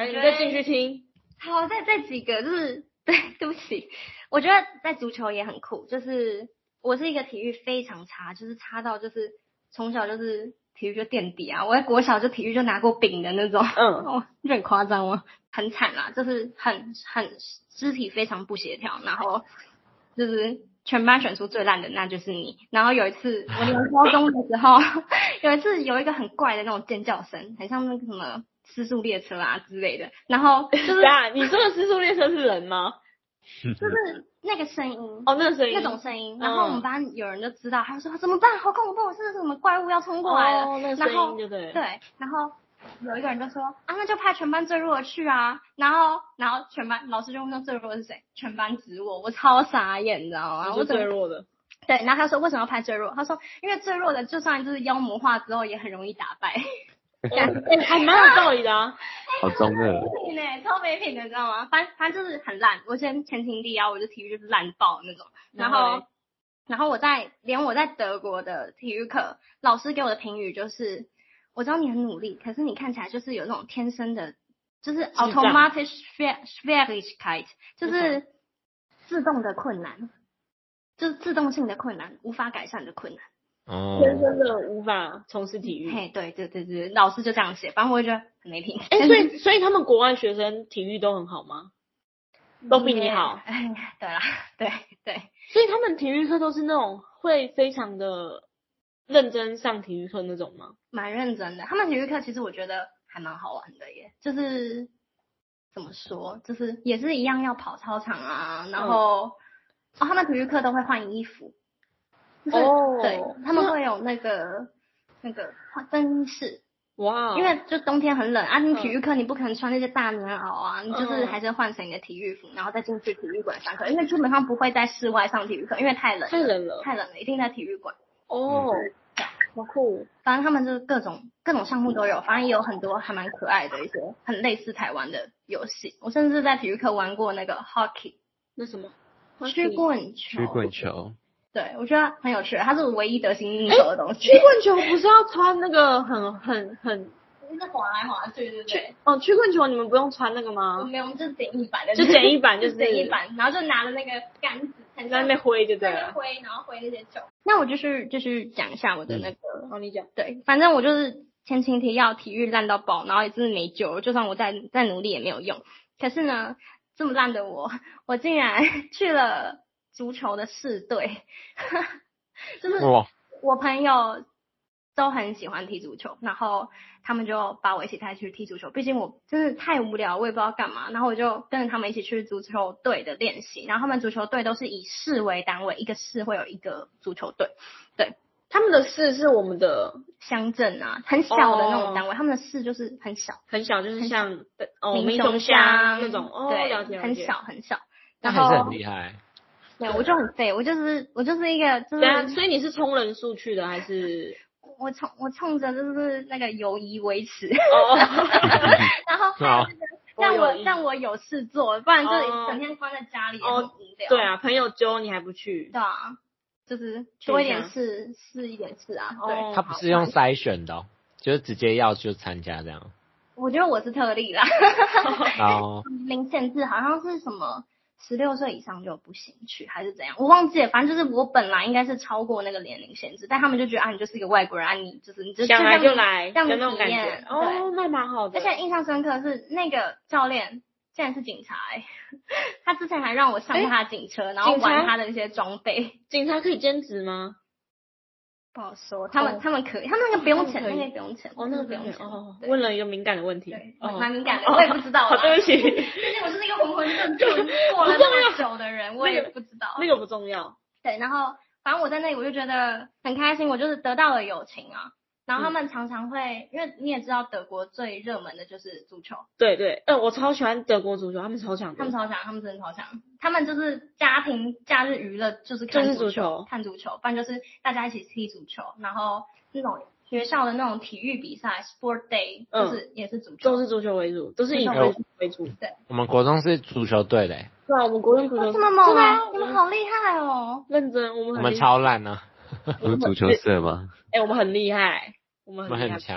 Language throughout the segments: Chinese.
来，你再进去听。 好，再几个就是对不起，我觉得在足球也很酷，就是我是一个体育非常差，就是差到就是从小就是体育就垫底啊，我在国小就体育就拿过丙的那种，就很夸张吗？很惨啦，就是很肢体非常不协调，然后就是全班选出最烂的那就是你。然后有一次我念高中的时候，有一次有一个很怪的那种尖叫声，很像那个什么失速列车啊之类的，然后就是你说的失速列车是人吗？ 就是那个声音哦，那个声音， 那种声音，然后我们班有人就知道，他说怎么办？好恐怖，是什么怪物要冲过来了？ 那声音就对， 然后有一个人就说啊，那就派全班最弱的去啊，然后全班老师就问说最弱的是谁？全班指我超傻眼，你知道吗？ 我最弱的。 对，然后他说为什么要派最弱？他说因为最弱的就算就是妖魔化之后也很容易打败。 还蛮有道理的啊， 好中二， 超没品的，你知道吗？反正就是很烂。我前情提要，我就体育就是烂爆那种。然后连我在德国的体育课，老师给我的评语就是，我知道你很努力，可是你看起来就是有那种天生的，就是 automatic Schwierigkeit， 就是自动的困难，就是自动性的困难，无法改善的困难。 天生的无法从事体育。 嘿，对，老师就这样写，反正我就觉得很没品。 所以他们国外学生体育都很好吗？都比你好？ 对啦，对。 所以他们体育课都是那种会非常的认真上体育课那种吗？ 蛮认真的，他们体育课其实我觉得还蛮好玩的耶，就是怎么说，就是也是一样要跑操场啊，然后他们体育课都会换衣服。对，他们会有那个更衣室。哇！因为就冬天很冷啊，你体育课你不可能穿那些大棉袄啊，你就是还是换成你的体育服，然后再进去体育馆上课，因为基本上不会在室外上体育课，因为太冷了，一定在体育馆。 好酷！ 反正他们就是各种项目都有，反正也有很多还蛮可爱的一些很类似台湾的游戏。我甚至在体育课玩过那个 hockey， 那什么？ 曲棍球。 对，我觉得很有趣，它是我唯一得心应手的东西。 曲棍球不是要穿那个很就是滑来滑去，对不对？ 曲棍球你们不用穿那个吗？ 没有，我们就是简易版的。 就简易版，就是简易版，然后就拿着那个杆子， 在那边挥就对了。 挥，然后挥那些球。那我就是讲一下我的那个， 你讲。 对，反正我就是前情提要，体育烂到爆，然后也真的没救了，就算我再努力也没有用。可是呢，这么烂的我竟然去了足球的市队，就是我朋友都很喜欢踢足球，然后他们就把我一起带去踢足球。毕竟我真的太无聊，我也不知道干嘛，然后我就跟着他们一起去足球队的练习。然后他们足球队都是以市为单位，一个市会有一个足球队。对， 他们的市是我们的乡镇啊，很小的那种单位。他们的市就是很小， 就是像民雄乡那种。 对， 了解很小很小。 那还是很厉害。 对，我就很废，我就是一个就是。 所以你是冲人数去的还是？ 我冲着就是那个友谊维持，然后让我有事做，不然就整天关在家里也很无聊。 对啊，朋友揪你还不去？ 对啊，就是多一点事，试一点事啊。对， 他不是用筛选的，就是直接要就参加这样。 我觉得我是特例啦。零限制好像是什么16岁以上就不行去还是怎样，我忘记了。反正就是我本来应该是超过那个年龄限制，但他们就觉得你就是一个外国人你就想来就来， 这样的那种感觉。那蛮好的。 而且印象深刻是那个教练竟然是警察他之前还让我上他的警车，然后玩他的那些装备。 警察可以兼职吗？ 不好说，他们可以，他们那个不用钱，那个不用钱。 那个不用钱。问了一个敏感的问题。 对，蛮敏感的，我也不知道。 好，对不起。毕竟我是一个浑浑沌沌过了那么久的人，我也不知道。 那个不重要。 对，然后反正我在那里我就觉得很开心，我就是得到了友情啊。然后他们常常会，因为你也知道德国最热门的就是足球。 对，我超喜欢德国足球，他们超强， 他们真的超强。他们就是家庭假日娱乐就是看足球，不然就是大家一起踢足球，然后那种学校的那种体育比赛 sport day 就是也是足球， 都是足球为主，都是以足球为主。对， 我们国中是足球队的。 对啊，我们国中足球这么猛啊！你们好厉害哦！ 认真，我们超烂啊。 有足球社吗？ 我们很厉害，我们很强。 我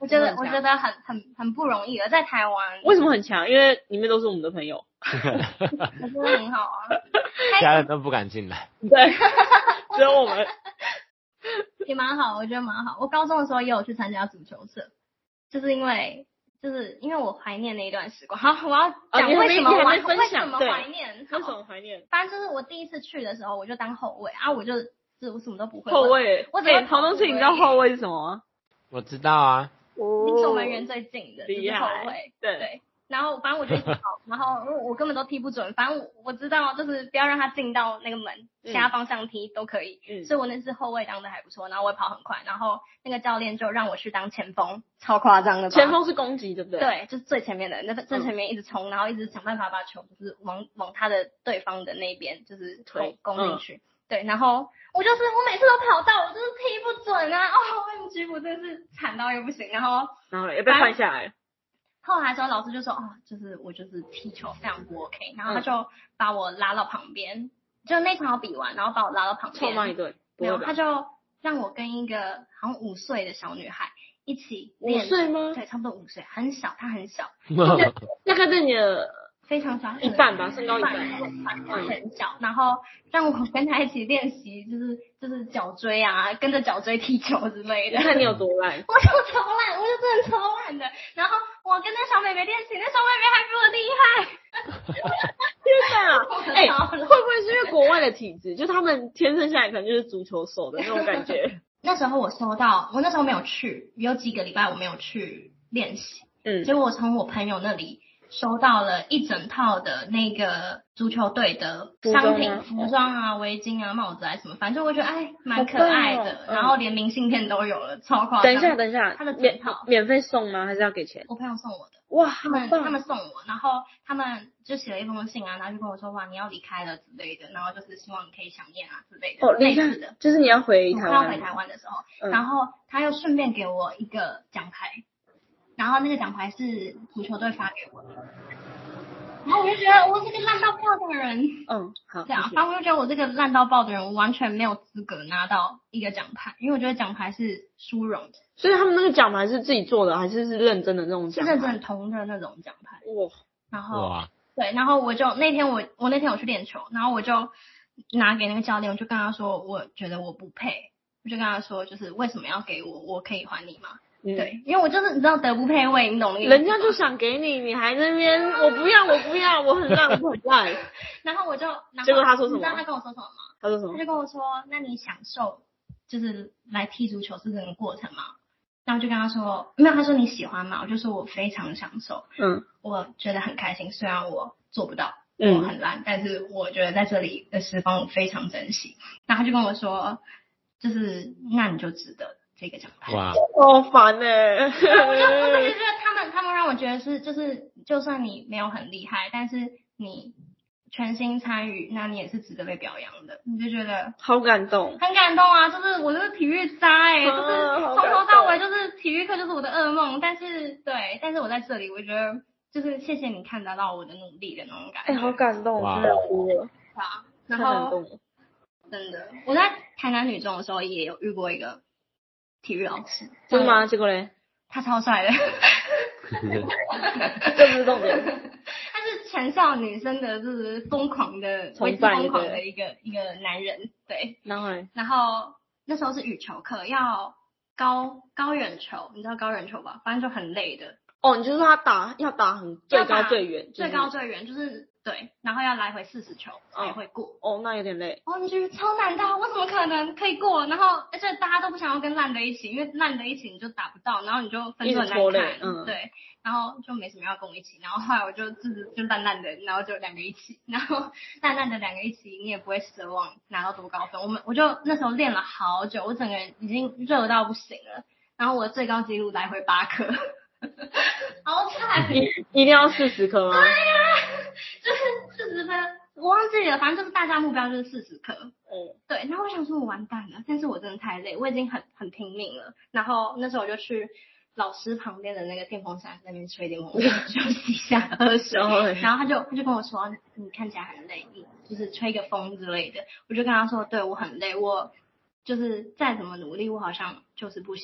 我觉得很强很不容易了，在台湾。 为什么很强？因为里面都是我们的朋友。 我觉得很好啊。 家人都不敢进来。 对，只有我们。 也蛮好，我觉得蛮好。我高中的时候也有去参加足球社，就是因为我怀念那一段时光。好，我要讲为什么怀念。 为什么怀念？ 反正就是我第一次去的时候，我就当后卫啊，我什么都不会。 后卫， 我只会陶东青，你知道后卫是什么吗？ 我知道啊。 离守门员最近的， 厉害。 后卫。 对。 然后反正我就一直跑，然后我根本都踢不准，反正我知道就是不要让他进到那个门，其他方向踢都可以。所以我那次后卫当的还不错，然后我也跑很快，然后那个教练就让我去当前锋，超夸张的吧？ 前锋是攻击，对不对？ 对，就是最前面的，最前面一直冲，然后一直想办法把球就是往他的对方的那边就是攻进去。对，然后我每次都跑到，我就是踢不准啊！OMG，我真的是惨到又不行，然后也被换下来。 后来的时候，老师就说就是我就是踢球非常不 OK， 然后他就把我拉到旁边，就那场比完，然后把我拉到旁边， 臭骂一顿。 没有，他就让我跟一个好像5岁的小女孩一起练。 5岁吗？ 对，差不多5岁，很小，她很小， 大概对你的非常小， 一半吧，身高一半， 很小。然后让我跟他一起练习，就是脚追啊，跟着脚追踢球之类的。 你看你有多烂？ 我就超烂，我就真的超烂的。然后我跟那小妹妹练习，那小妹妹还比我厉害。 天哪！会不会是因为国外的体质，就他们天生下来可能就是足球手的那种感觉？ 那时候我那时候没有去，有几个礼拜我没有去练习。结果我从我朋友那里收到了一整套的那个足球队的商品，服装啊、围巾啊、帽子啊什么，反正我觉得蛮可爱的，然后连明信片都有了，超夸张。 等一下， 他的整套免费送吗？还是要给钱？ 我朋友送我的。 哇， 他们送我，然后他们就写了一封信啊，然后就跟我说哇你要离开了之类的，然后就是希望你可以想念啊之类的。类似的， 就是你要回台湾。 要回台湾的时候，然后他又顺便给我一个奖牌。然后那个奖牌是足球队发给我的，然后我就觉得我是个烂到爆的人。 好。 对啊，反正我就觉得我这个烂到爆的人，我完全没有资格拿到一个奖牌，因为我觉得奖牌是殊荣。 所以他们那个奖牌是自己做的，还是认真的那种奖牌？ 是认真铜的那种奖牌。 哇！ 然后对，然后我就那天我那天有去练球，然后我就拿给那个教练，我就跟他说，我觉得我不配，我就跟他说，就是为什么要给我？我可以还你吗？对，因为我就是你知道德不配位，你懂那个意思吗？ 人家就想给你，你还在那边我不要，我很烂，我很烂。 然后结果他说什么？ 你知道他跟我说什么吗？ 他说什么？ 他就跟我说，那你享受就是来踢足球是这个过程吗？然后就跟他说，没有，他说你喜欢吗？我就说我非常享受，我觉得很开心，虽然我做不到，我很烂，但是我觉得在这里的时光我非常珍惜。然后他就跟我说，就是那你就值得这个奖牌。 哇， 好烦欸。 我就觉得他们让我觉得是就是就算你没有很厉害，但是你全心参与，那你也是值得被表扬的。你就觉得好感动， 很感动啊！就是我是体育渣就是从头到尾就是体育课就是我的噩梦。但是我在这里，我觉得就是谢谢你看得到我的努力的那种感觉。 好感动，真的哭了。 然后真的，我在台南女中的时候也有遇过一个体育老师。 真的吗？结果嘞？ 他超帅的。 这不是重点。 他是全校女生的就是疯狂的为之疯狂的一个男人。对。然后那时候是羽球课，要高远球，你知道高远球吧？反正就很累的。 你就是说他要打很最高最远， 最高最远就是对，然后要来回40球才会过。 那有点累。 你觉得超难的，我怎么可能可以过？然后而且大家都不想要跟烂的一起，因为烂的一起你就打不到，然后你就分数很难看。对，然后就没什么要跟我一起，然后后来我就烂烂的，然后就2个一起，然后烂烂的2个一起，你也不会奢望拿到多高分。我就那时候练了好久，我整个人已经热到不行了，然后我的最高纪录来回8颗。好惨！ 一定要40颗吗？ 对呀，就是40分，我忘记了，反正就是大家目标就是40颗。对，然后我想说我完蛋了，但是我真的太累，我已经很拼命了。然后那时候我就去老师旁边的那个电风扇那边吹电风扇休息一下喝水。然后他就跟我说，你看起来很累，你就是吹个风之类的。我就跟他说，对，我很累，我就是再怎么努力，我好像就是不行。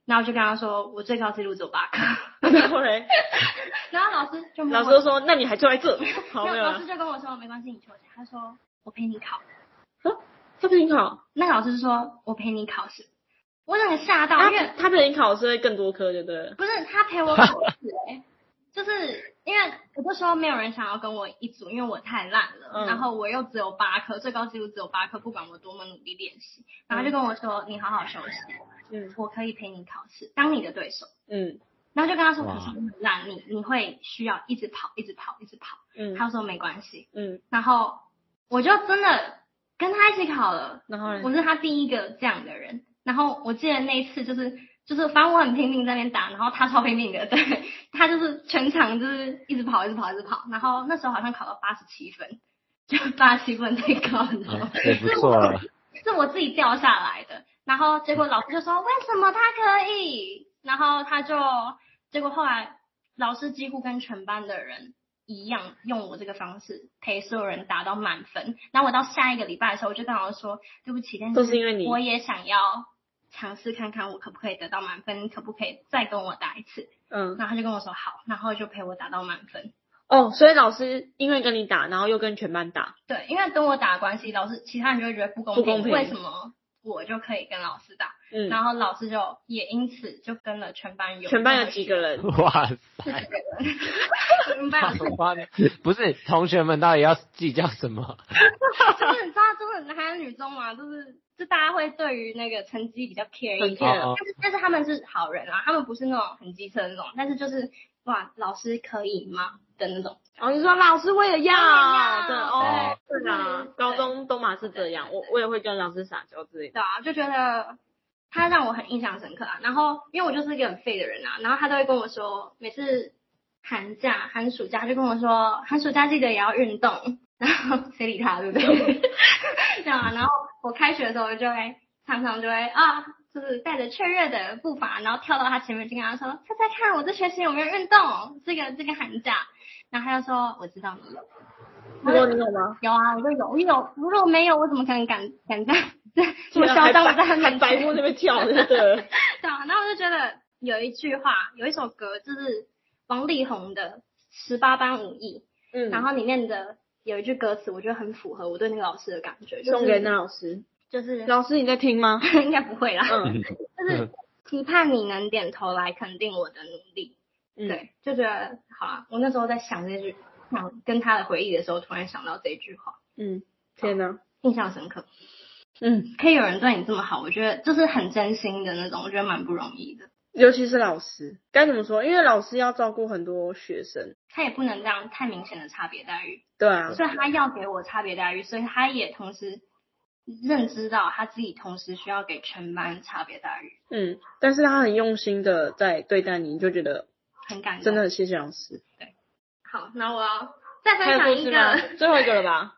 然后我就跟他说我最高纪录只有8科， 然后嘞， 然后老师就老师就说那你还坐在这，好没有啦没有老师，就跟我说没关系，你去我家，他说我陪你考， 他陪你考， 那个老师就说我陪你考试，我整个吓到，因为他陪你考试会更多科，对不对？ 不是他陪我考试就是因为我就说没有人想要跟我一组，因为我太烂了，然后我又只有8科，最高纪录只有8科，不管我多么努力练习，然后就跟我说你好好休息，我可以陪你考试，当你的对手，然后就跟他说可是你很烂，你会需要一直跑，他说没关系，然后我就真的跟他一起考了，然后我是他第一个这样的人，然后我记得那一次就是反正我很拼命在那边打，然后他超拼命的，对，他就是全场就是一直跑，然后那时候好像考到87分，就87分最高，你知道吗？ 也不错了， 是我自己掉下来的，然后结果老师就说为什么他可以，然后结果后来老师几乎跟全班的人一样用我这个方式陪所有人达到满分，然后我到下一个礼拜的时候我就跟老师说对不起，但都是因为你， 我也想要尝试看看我可不可以得到满分，你可不可以再跟我打一次，然后他就跟我说好，然后就陪我打到满分。 所以老师因为跟你打，然后又跟全班打， 对，因为跟我打的关系，老师其他人就会觉得不公平，为什么我就可以跟老师打，然后老师就也因此就跟了全班有几个人？ 哇塞 ，4个人，全班不是同学们到底要计较什么？ 就是你知道，就是男还有女中嘛，就大家会对于那个成绩比较 care 一点，但是他们是好人啊，他们不是那种很机车的那种，但是就是哇，老师可以吗的那种。 你说老师我也要的对啊，高中都嘛是这样，我也会跟老师撒娇之类的。 对啊，就觉得他让我很印象深刻啊。然后因为我就是一个很废的人啊，然后他都会跟我说，每次寒暑假就跟我说，寒暑假记得也要运动。然后谁理他，对不对？对啊，然后我开学的时候就会常常就会就是带着雀跃的步伐，然后跳到他前面，就跟他说：“猜猜看，我这学期有没有运动？这个寒假。”然后他就说：“我知道你有。” 如果你有吗？ 有啊，我就有。如果没有，我怎么可能敢这么嚣张的在他面前白目那边跳的？对啊，然后我就觉得有一句话，有一首歌，就是王力宏的《18般武艺》，然后里面的有一句歌词，我觉得很符合我对那个老师的感觉， 送给那老师。 就是老师你在听吗？ 应该不会啦。就是期盼你能点头来肯定我的努力。对，就觉得好啦。我那时候在想跟他的回忆的时候，突然想到这句话。 天哪， 印象深刻。可以有人对你这么好，我觉得就是很真心的那种，我觉得蛮不容易的。 尤其是老师，该怎么说？因为老师要照顾很多学生， 他也不能这样太明显的差别待遇。 对啊， 所以他要给我差别待遇，所以他也同时认知到他自己同时需要给全班差别待遇。 但是他很用心的在对待你，你就觉得很感动， 真的很谢谢老师。 对，好，那我要再分享一个， 最后一个了吧？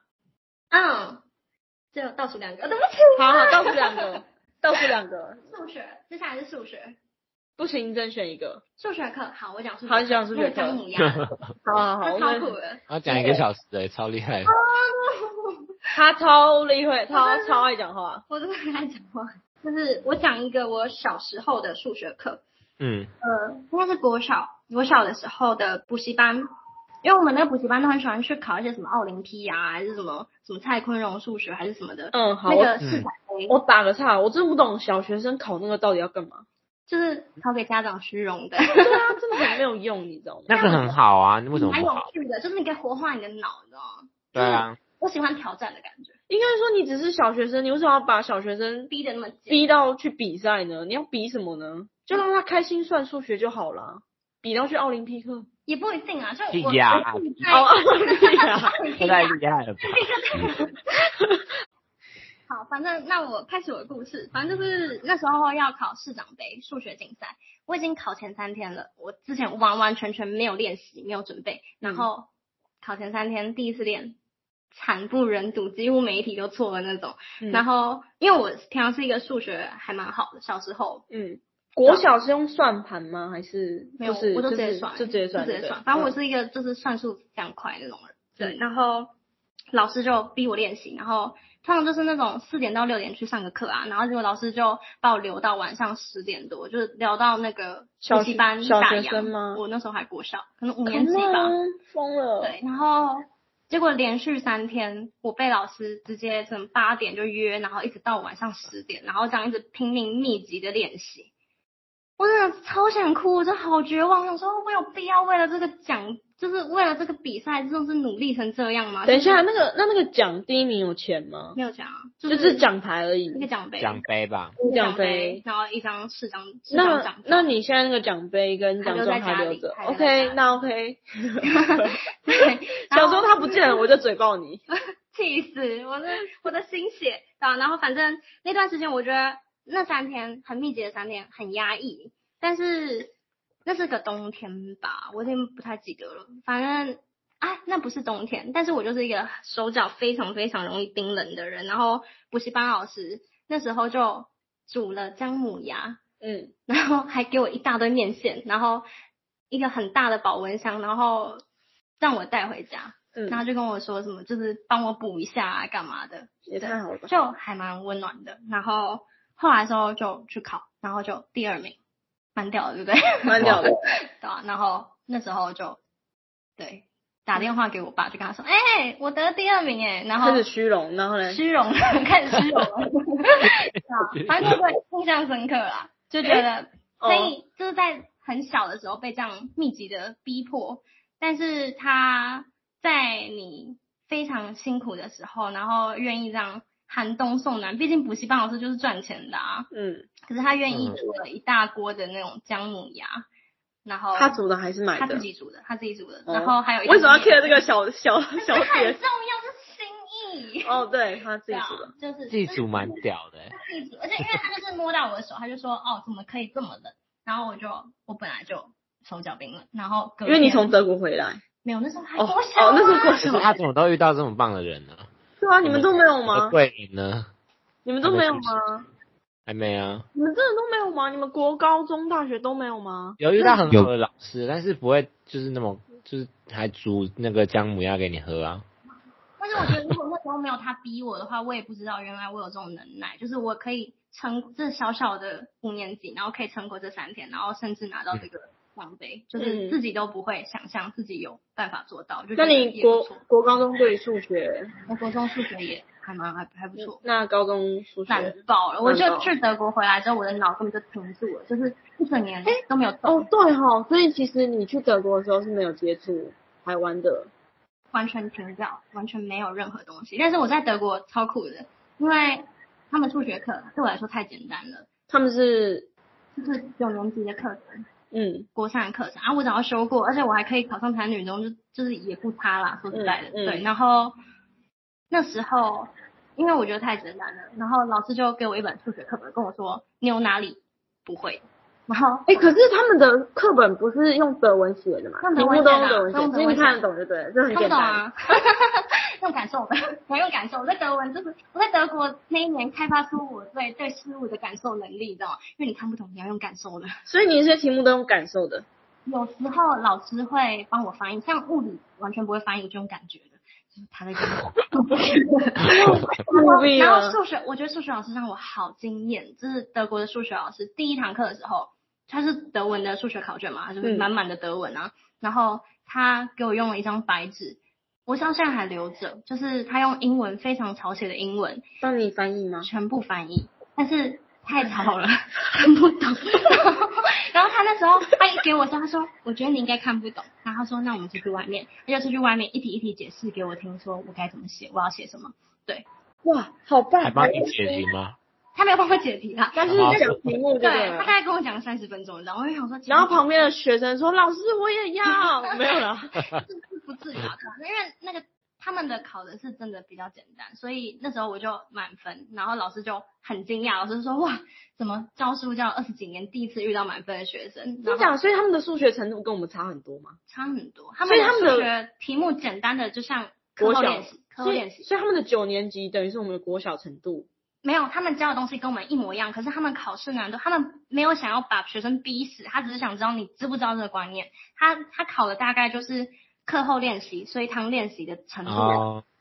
最后倒数2个，对不起。 好，倒数2个。 数学，接下来是数学。 不行，真选一个。 数学课，好，我讲数学课。 好，你讲数学课。 姜母鸭。 好， 超酷的。 他讲1个小时超厉害。 他超厉害，超爱讲话。 我真的很爱讲话。就是我讲一个我小时候的数学课。应该是国小的时候的补习班，因为我们那个补习班都很喜欢去考一些什么奥林匹亚还是什么蔡坤荣数学还是什么的。 好， 那个400杯。 我打个岔，我真的不懂小学生考那个到底要干嘛。 就是考给家长虚荣的。 对啊，真的很没有用，你知道吗？ 那个很好啊，为什么不好？ 蛮有趣的，就是你可以活化你的脑，你知道吗？ 对啊， 我喜欢挑战的感觉。 应该说你只是小学生，你为什么要把小学生逼得那么紧， 逼到去比赛呢？你要比什么呢？就让他开心算数学就好了，比到去奥林匹克也不一定啊。就奥林匹亚， 太厉害了吧？ 好，反正那我开始我的故事。反正就是那时候要考市长杯数学竞赛，我已经考前3天了。我之前完完全全没有练习，没有准备，然后考前3天第一次练，惨不忍睹，几乎每一题都错了那种。然后因为我平常是一个数学还蛮好的，小时候。 国小是用算盘吗？还是没有？我就直接算， 就直接算。 反正我是一个就是算数非常快那种人。对，然后老师就逼我练习，然后通常就是那种4点到6点去上个课啊，然后结果老师就把我留到晚上10点多，就是留到那个补习班小学打烊生吗？ 我那时候还国小，可能5年级吧， 疯了。 对，然后结果连续3天，我被老师直接从8点就约，然后一直到晚上10点，然后这样一直拼命密集的练习。我真的超想哭，我真的好绝望。想说，我有必要为了这个奖，就是为了这个比赛，就是努力成这样吗？ 等一下，那个奖第1名有钱吗？ 没有奖， 就是奖牌而已。 一个奖杯。 奖杯吧。 奖杯，然后一张4张奖状。 那你现在那个奖杯跟奖状还留着 ？OK， 那 OK。 对， 想说他不见了，我就嘴爆你。 气死我的心血啊！然后反正那段时间，我觉得那3天很密集的3天很压抑，但是那是个冬天吧，我已经不太记得了。反正那不是冬天，但是我就是一个手脚非常非常容易冰冷的人。然后补习班老师那时候就煮了姜母鸭，然后还给我一大堆面线，然后一个很大的保温箱，然后让我带回家。然后就跟我说什么，就是帮我补一下啊，干嘛的， 也太好了吧， 就还蛮温暖的。然后后来的时候就去考，然后就第2名，蛮屌的，对不对？ 蛮屌的， 对啊。然后那时候就对打电话给我爸，就跟他说，我得第2名哎，然后开始虚荣，然后呢？ 虚荣，开始虚荣了，反正就会印象深刻啦，就觉得可以就是在很小的时候被这样密集的逼迫，但是他在你非常辛苦的时候，然后愿意这样寒冬送暖，毕竟补习班老师就是赚钱的啊。可是他愿意煮了一大锅的那种姜母鸭，然后他煮的还是买的？ 他自己煮的，然后还有为什么要 care 这个小点？ 很重要，是心意。 对，他自己煮的， 就是自己煮蛮屌的。 自己煮，而且因为他就是摸到我的手，他就说怎么可以这么冷？然后我本来就手脚冰冷，然后因为你从德国回来。 没有，那时候还国小。 那时候国小。 他怎么都遇到这么棒的人呢？ 对啊，你们都没有吗？ 桂林呢？ 你们都没有吗？ 还没啊。 你们真的都没有吗？你们国高中大学都没有吗？ 有遇到很好的老师，但是不会就是那么就是还煮那个姜母鸭给你喝啊。 但是我觉得如果那时候没有他逼我的话，我也不知道原来我有这种能耐，就是我可以撑这小小的5年级，然后可以撑过这3天，然后甚至拿到这个奖杯，就是自己都不会想象自己有办法做到。 那你国高中对数学？ 我国中数学也还不错。 那高中数学难爆了！我就去德国回来之后，我的脑根本就停住了，就是1整年都没有动。 对齁，所以其实你去德国的时候是没有接触台湾的， 完全停掉，完全没有任何东西。但是我在德国超酷的，因为他们数学课对我来说太简单了。 他们就是 9年级的课程。国3的课程我只要修过，而且我还可以考上台女中，就是也不差啦，说实在的。对，然后那时候因为我觉得太简单了，然后老师就给我一本数学课本，跟我说你有哪里不会。然后可是他们的课本不是用德文写的嘛？题目都用德文写，所以你看得懂就对了，这很简单。 啊，用感受的，我用感受。我在德文就是我在德国那一年开发出我对事物的感受能力，你知道吗？因为你看不懂，你要用感受的。 所以你一些题目都用感受的。 有时候老师会帮我翻译，像物理完全不会翻译，我就用感觉的。他在跟我，然后数学，我觉得数学老师让我好惊艳。就是德国的数学老师，第1堂课的时候，他是德文的数学考卷嘛，就是满满的德文啊。然后他给我用了一张白纸，我到现在还留着，就是他用英文非常草写的英文帮你翻译吗？ 全部翻译，但是太吵了，看不懂。然后他那时候他一给我说，他说我觉得你应该看不懂，然后他说那我们出去外面，他就出去外面一题一题解释给我听，说我该怎么写，我要写什么。对， 哇，好棒！ 还帮你解题吗？ 他没有帮我解题啦， 但是讲题目对，他大概跟我讲了30分钟，然后我就想说， 然后旁边的学生说老师我也要，没有啦， 是不至于啊，因为那个他们的考的是真的比较简单，所以那时候我就满分，然后老师就很惊讶，老师说哇，怎么教书教了20几年，第一次遇到满分的学生。 你讲，所以他们的数学程度跟我们差很多吗？ 差很多，他们的数学题目简单的就像课后练习， 所以他们的9年级等于是我们的国小程度。 没有，他们教的东西跟我们一模一样，可是他们考试难度，他们没有想要把学生逼死，他只是想知道你知不知道这个观念。他考的大概就是课后练习，所以堂练习的程度。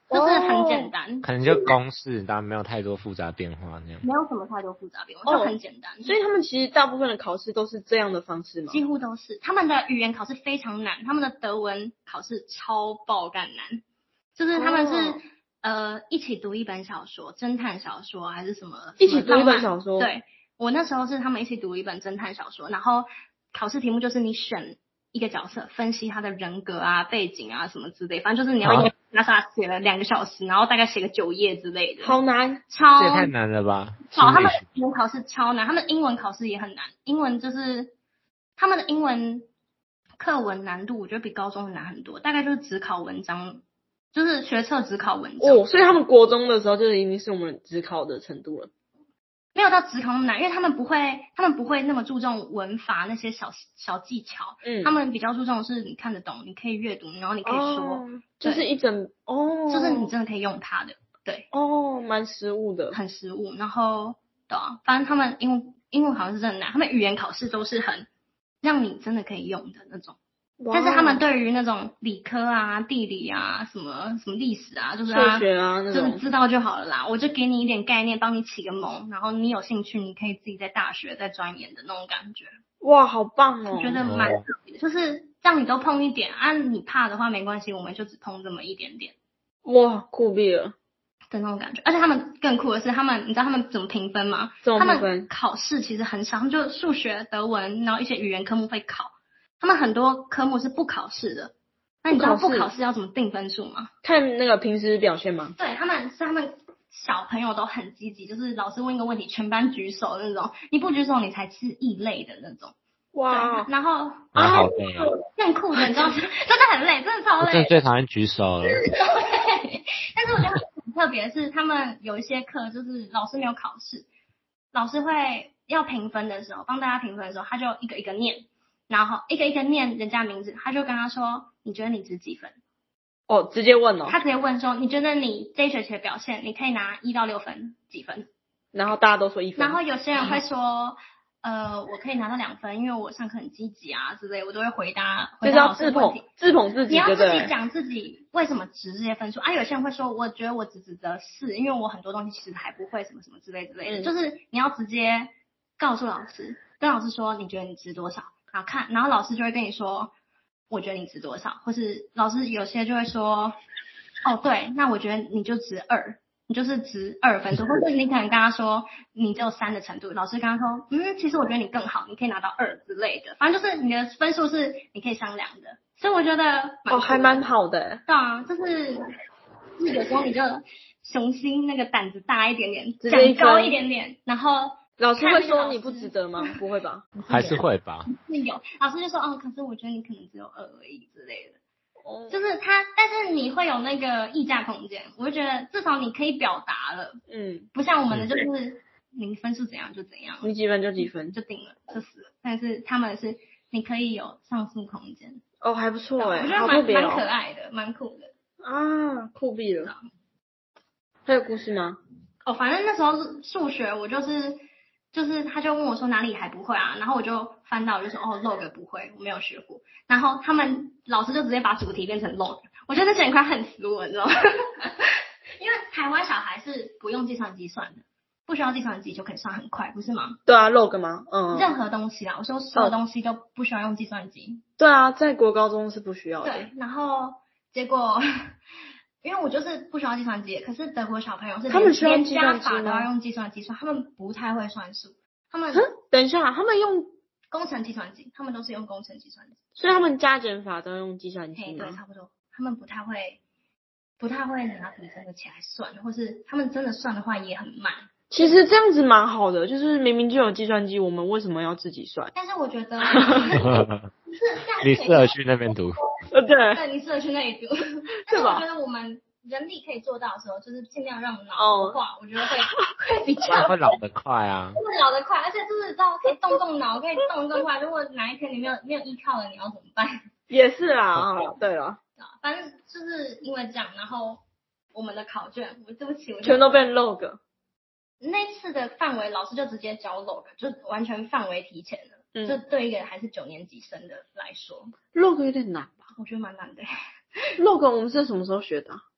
就是很简单， 可能就公式，但没有太多复杂变化那样。 没有什么太多复杂变化，就很简单。 所以他们其实大部分的考试都是这样的方式吗？ 几乎都是。他们的语言考试非常难，他们的德文考试超爆干难，就是他们是、一起读一本小说，侦探小说还是什么？ 一起读一本小说。 对，我那时候是他们一起读一本侦探小说，然后考试题目就是你选一个角色，分析他的人格啊、背景啊什么之类，反正就是你要拿啥写了2个小时，然后大概写个9页之类的。 好难， 这也太难了吧！ 好，他们的英文考试超难，他们的英文考试也很难。英文就是他们的英文课文难度，我觉得比高中的难很多，大概就是只考文章，就是学测只考文章。 所以他们国中的时候就已经是我们只考的程度了。 没有到只考那么难，因为他们不会那么注重文法那些小技巧，他们比较注重的是你看得懂，你可以阅读，然后你可以说， 就是一整就是你真的可以用它的，对， 蛮实务的， 很实务。然后对啊，反正他们英文考试是真的难，他们语言考试都是很让你真的可以用的那种。但是他们对于那种理科啊、地理啊、什么历史啊，就是数学啊那种， 就是知道就好了啦。我就给你一点概念，帮你起个蒙，然后你有兴趣，你可以自己在大学再钻研的那种感觉。 哇，好棒哦！ 我觉得蛮特别的，就是让你都碰一点啊。你怕的话没关系，我们就只碰这么一点点。 哇，酷毙了的那种感觉。而且他们更酷的是，你知道他们怎么评分吗？ 怎么评分？ 他们考试其实很少，他们就数学、德文，然后一些语言科目会考。他们很多科目是不考试的。那你知道不考试要怎么定分数吗？ 看那个平时表现吗？ 对，他们小朋友都很积极，就是老师问一个问题，全班举手的那种，你不举手你才是异类的那种。 哇， 然后好累啊！ 更酷的，你知道，真的很累，真的超累。 我真的最讨厌举手了。 但是我觉得很特别的是，他们有一些课就是老师没有考试，老师会要评分的时候，帮大家评分的时候，他就一个一个念，然后一个一个念人家名字，他就跟他说：“你觉得你值几分？” 直接问哦。 他直接问说：“你觉得你这一学期的表现，你可以拿1到6分，几分？” 然后大家都说1分。 然后有些人会说：“我可以拿到2分，因为我上课很积极啊之类，我都会回答老师的问题。” 自捧自己， 你要自己讲自己为什么值这些分数啊。有些人会说：“我觉得我只值得4，因为我很多东西其实还不会，什么什么之类的。”就是你要直接告诉老师，跟老师说你觉得你值多少，然后老师就会跟你说：“我觉得你值多少。”或是老师有些就会说：“哦，对，那我觉得你就值2。”你就是值2分数，或者你可能跟他说你只有3的程度，老师跟他说，其实我觉得你更好，你可以拿到2之类的，反正就是你的分数是你可以商量的，所以我觉得还蛮好的。 对啊，就是有时候你就雄心那个胆子大一点点，讲高一点点，然后老师会说你不值得吗？不会吧？ 还是会吧？ 有，老师就说可是我觉得你可能只有2而已之类的。就是他，但是你会有那个议价空间，我就觉得至少你可以表达了，不像我们的就是你分数怎样就怎样， 你几分就几分就定了就死了，但是他们是你可以有上诉空间。 还不错我觉得蛮可爱的，蛮酷的啊，酷毙了。还有故事吗？ 反正那时候是数学，我就是他就问我说哪里还不会啊，然后我就翻到我就说log 不会，我没有学过，然后他们老师就直接把主题变成 log， 我觉得这整块很死我，你知道吗？因为台湾小孩是不用计算机算的，不需要计算机就可以算很快，不是吗？ 对啊 log 吗？ 任何东西啦，我说所有东西都不需要用计算机。 对啊，在国高中是不需要的。 对，然后结果因为我就是不需要计算机，可是德国小朋友是他们需要连计算机加法都要用计算机算，他们不太会算数。他们等一下，他们用工程计算机，他们都是用工程计算机， 所以他们加减法都用计算机吗？ 对，差不多。他们不太会拿笔真的起来算，或是他们真的算的话也很慢。 其实这样子蛮好的，就是明明就有计算机，我们为什么要自己算？ 但是我觉得你适合去那边读。 对，你适合去那里读。但是我觉得我们人力可以做到的时候，就是尽量让脑活化，我觉得会比较会老得快啊。 会老得快，而且就是知道可以动脑，可以动得更快。如果哪一天你没有依靠了，你要怎么办？ 也是啦，对了， 反正就是因为这样，然后我们的考卷，对不起， 全都变 log。 那次的范围老师就直接教 log， 就完全范围提前了。这对一个还是9年级生的来说 ，log 有点难吧？ 我觉得蛮难的。 log 我们是什么时候学的？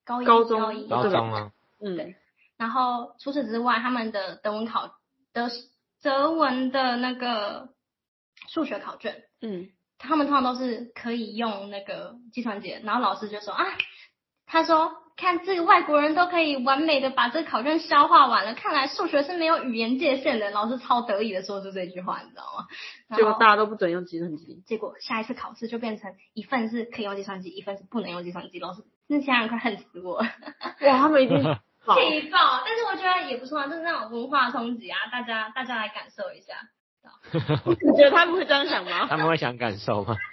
高一、 高中高一、 高中吗？ 嗯， 然后除此之外，他们的德文的那个数学考卷，他们通常都是可以用那个计算机的，然后老师就说啊，他说看这个外国人都可以完美的把这个考卷消化完了，看来数学是没有语言界限的。老师超得意的说出这句话，你知道吗？ 结果大家都不准用计算机， 结果下一次考试就变成一份是可以用计算机，一份是不能用计算机。老师那家人快恨死我了。 哇，他们一定气爆！但是我觉得也不错啊，就是那种文化冲击啊，大家来感受一下。 你觉得他们会这样想吗？ 他们会想感受吗？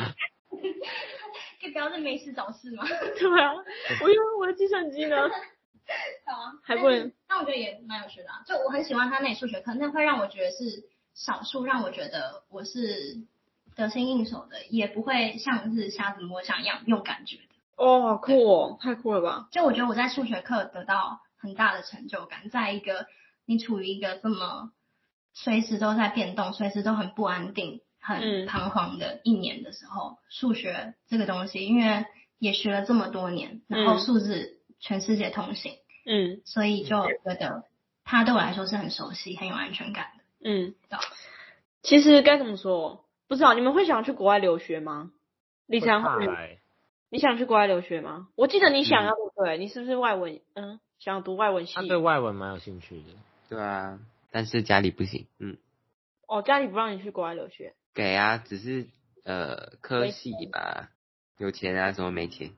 可以不要再没事找事吗？ 对啊，我用我的计算机呢。 好啊， 还不能。 但我觉得也蛮有趣的啊，就我很喜欢他那数学课，那会让我觉得是少数让我觉得我是得心应手的，也不会像是瞎子摸象一样用感觉的。 哦，好酷哦，太酷了吧！ 就我觉得我在数学课得到很大的成就感，在一个你处于一个这么随时都在变动、随时都很不安定、很彷徨的一年的时候，数学这个东西，因为也学了这么多年，然后数字全世界通行，所以就觉得它对我来说是很熟悉、很有安全感的。 其实该怎么说，不知道你们会想去国外留学吗？立强你想去国外留学吗？我记得你想要对不对？你是不是外文？想要读外文系？ 他对外文蛮有兴趣的。 对啊，但是家里不行。 哦，家里不让你去国外留学？ 给啊，只是科系吧，有钱啊，什么没钱？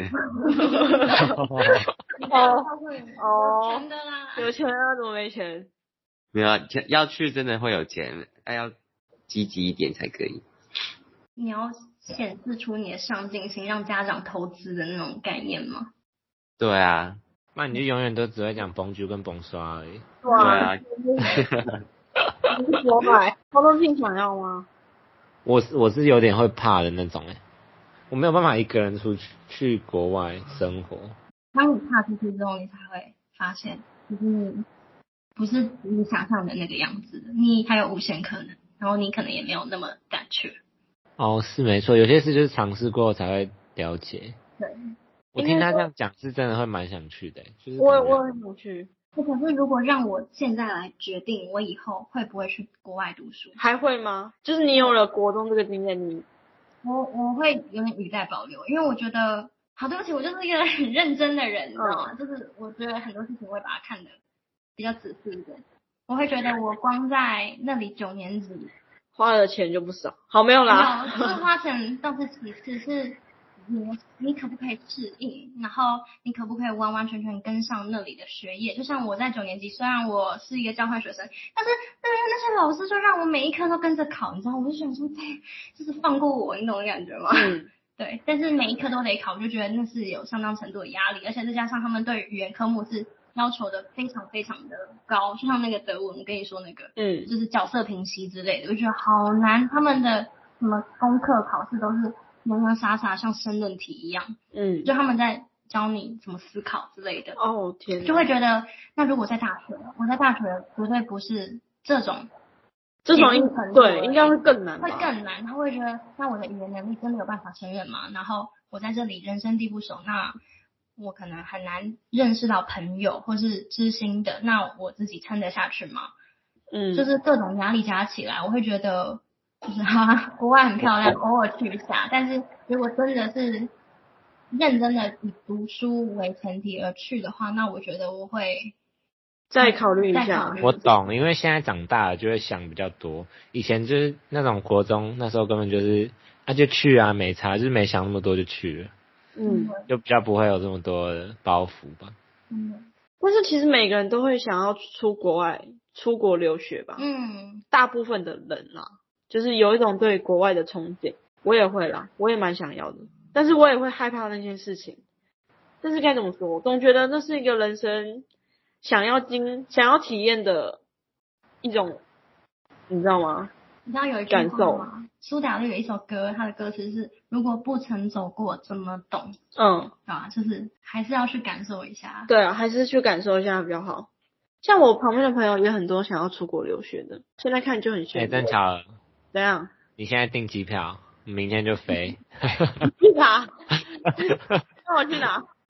钱的啦， 有钱啊，怎么没钱？ 没有啊，要去真的会有钱，要积极一点才可以。 你要显示出你的上进心，让家长投资的那种概念吗？ 对啊， 那你就永远都只会讲崩啾跟崩刷而已。 对啊。 你是国外，高中聘想要吗？ 我是有点会怕的那种我没有办法一个人去国外生活。 当你踏出去之后，你才会发现，就是你不是你想象的那个样子的，你还有无限可能，然后你可能也没有那么胆怯。 哦，是没错，有些事就是尝试过后才会了解。 对， 我听他这样讲，是真的会蛮想去的。就是我很想去。 可是如果让我现在来决定，我以后会不会去国外读书？ 还会吗？就是你有了国中这个经验， 我会有点语带保留，因为我觉得，好，对不起，我就是一个很认真的人，你知道吗？就是我觉得很多事情我会把它看得比较仔细一点。我会觉得我光在那里9年级花的钱就不少。好，没有啦， 没有，就是花钱倒是其次，是你可不可以适应，然后你可不可以完完全全跟上那里的学业？就像我在9年级，虽然我是一个交换学生，但是那些老师就让我每一科都跟着考，你知道，我就想说，就是放过我，你懂我感觉吗？对，但是每一科都得考，我就觉得那是有相当程度的压力，而且再加上他们对语言科目是要求的非常非常的高，就像那个德文，我跟你说那个，就是角色评析之类的，我就觉得好难，他们的什么功课考试都是洋洋洒洒像申论题一样，就他们在教你怎么思考之类的。 哦天哪， 就会觉得，那如果在大学，我在大学绝对不是这种对，应该会更难吧， 会更难。他会觉得，那我的语言能力真的有办法胜任吗？然后我在这里人生地不熟，那我可能很难认识到朋友或是知心的，那我自己撑得下去吗？就是各种压力加起来，我会觉得就是国外很漂亮，偶尔去一下，但是如果真的是认真的以读书为前提而去的话，那我觉得我会再考虑一下。 我懂，因为现在长大了就会想比较多，以前就是那种国中那时候根本就是就去啊，没差，就是没想那么多就去了，就比较不会有这么多的包袱吧。 但是其实每个人都会想要出国留学吧。大部分的人啦，就是有一种对国外的憧憬。我也会啦，我也蛮想要的，但是我也会害怕那件事情。但是该怎么说，我总觉得那是一个人生想要体验的一种，你知道吗？ 你知道有一句话吗？苏打绿有一首歌，它的歌词是“如果不曾走过，怎么懂？”就是还是要去感受一下。 对啊，还是去感受一下比较好。像我旁边的朋友也很多想要出国留学的，现在看就很羡慕。 真巧了。 怎样？ 你现在订机票，明天就飞。 去哪？那我去哪？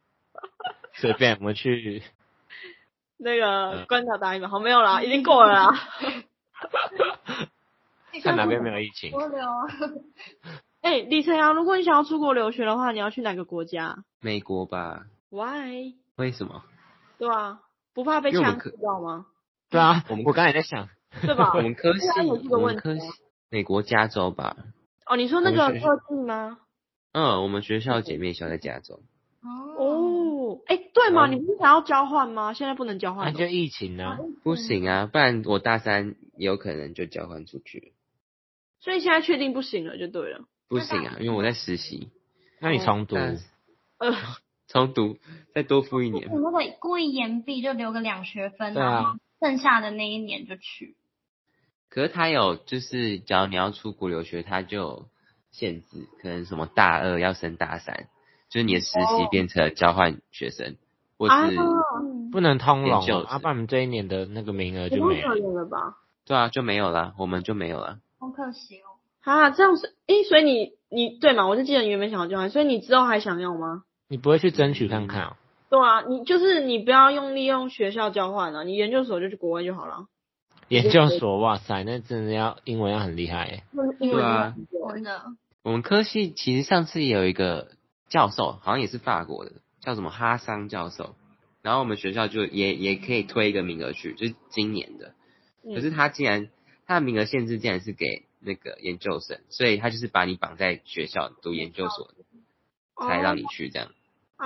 随便我们去那个关岛打疫苗，好没有啦，已经过了啦。 看哪边没有疫情。 李晨阳，如果你想要出国留学的话，你要去哪个国家？ 美国吧。 Why？ 为什么？ 对啊，不怕被枪知道吗？ 对啊，我刚才在想， 对吧？ 我们科系，美国加州吧。 哦，你说那个科技吗？ 我们学校姐妹校在加州。 哦，对嘛，你不是想要交换吗？现在不能交换。 那就疫情啊。 不行啊，不然我大3有可能就交换出去。 所以现在确定不行了就对了。 不行啊，因为我在实习。 那你重读？ 重读，再多付1年。 你那个故意延毕就留个2学分，然后剩下的那1年就去。 可是他有就是，假如你要出国留学，他就有限制，可能什么大2要升大3，就是你的实习变成交换学生，或是不能通融啊，不然我们这1年的那个名额就没了吧？ 对啊，就没有了，我们就没有了。 好可惜哦。 这样是所以你对嘛？我就记得你原本想要交换，所以你之后还想要吗？ 你不会去争取看看对啊，你不要利用学校交换了，你研究所就去国外就好了。 研究所，哇塞，那真的英文要很厉害耶。 对啊， 真的。 我们科系其实上次也有一个教授，好像也是法国的，叫什么哈桑教授，然后我们学校就也可以推一个名额去，就是今年的。可是他的名额限制竟然是给那个研究生，所以他就是把你绑在学校读研究所才让你去这样。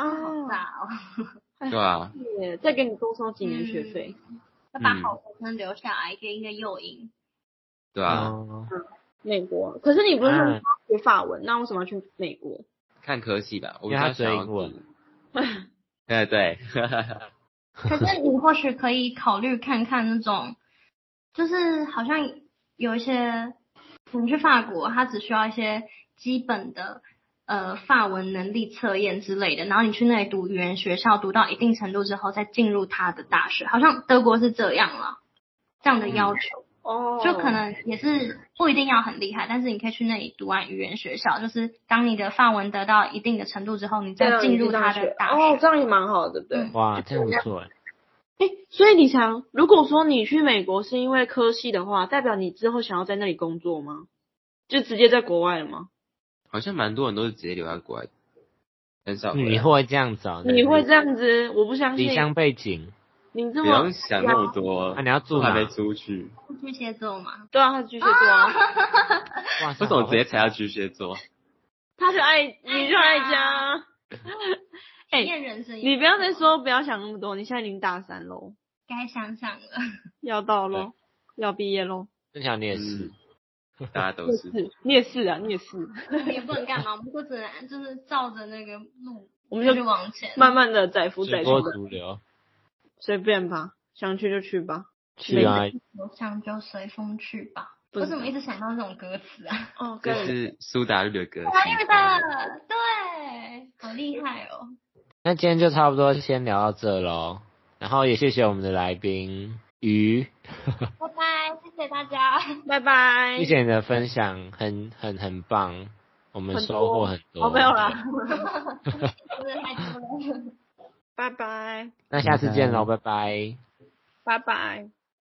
对啊。 再给你多收几年学费。 要把好学生留下来，给一个诱因。 对啊。 美国，可是你不是说学法文，那为什么要去美国？ 看科系吧，我比较想要英文。 对。 可是你或许可以考虑看看那种，就是好像有一些，你去法国，他只需要一些基本的法文能力测验之类的，然后你去那里读语言学校，读到一定程度之后再进入他的大学，好像德国是这样啦，这样的要求。就可能也是不一定要很厉害，但是你可以去那里读完语言学校，就是当你的法文得到一定的程度之后，你再进入他的大学。 这样也蛮好的，对不对？ 哇，这样不错所以李强，如果说你去美国是因为科系的话，代表你之后想要在那里工作吗？就直接在国外了吗？ 好像蛮多人都是直接留在国外，很少。 你会这样子？ 你会这样子？我不相信。 离乡背景。 你这么不用想那么多。 你要住哪？ 还没出去。 巨蟹座嘛。 对啊，他是巨蟹座啊。 为什么直接踩到巨蟹座？ 他就你就爱家。你不要再说不要想那么多，你现在已经大3咯。 该想想了。 要到咯，要毕业咯。 正巧你也是。 大家都是。 你也是啊，你也是。 也不能干嘛，我们就只能就是照着那个路， 我们就往前， 慢慢的载浮载沉。 主流。 随便吧，想去就去吧。 去啊！ 想就随风去吧。我怎么一直想到这种歌词啊？ 这是苏打绿的歌。 苏打绿的，对，好厉害哦。 那今天就差不多先聊到这咯，然后也谢谢我们的来宾鱼。 拜拜，谢谢大家。 拜拜。 谢谢你的分享，很棒，我们收获很多。 没有啦。 真的太多了。 拜拜。 那下次见咯，拜拜。 拜拜。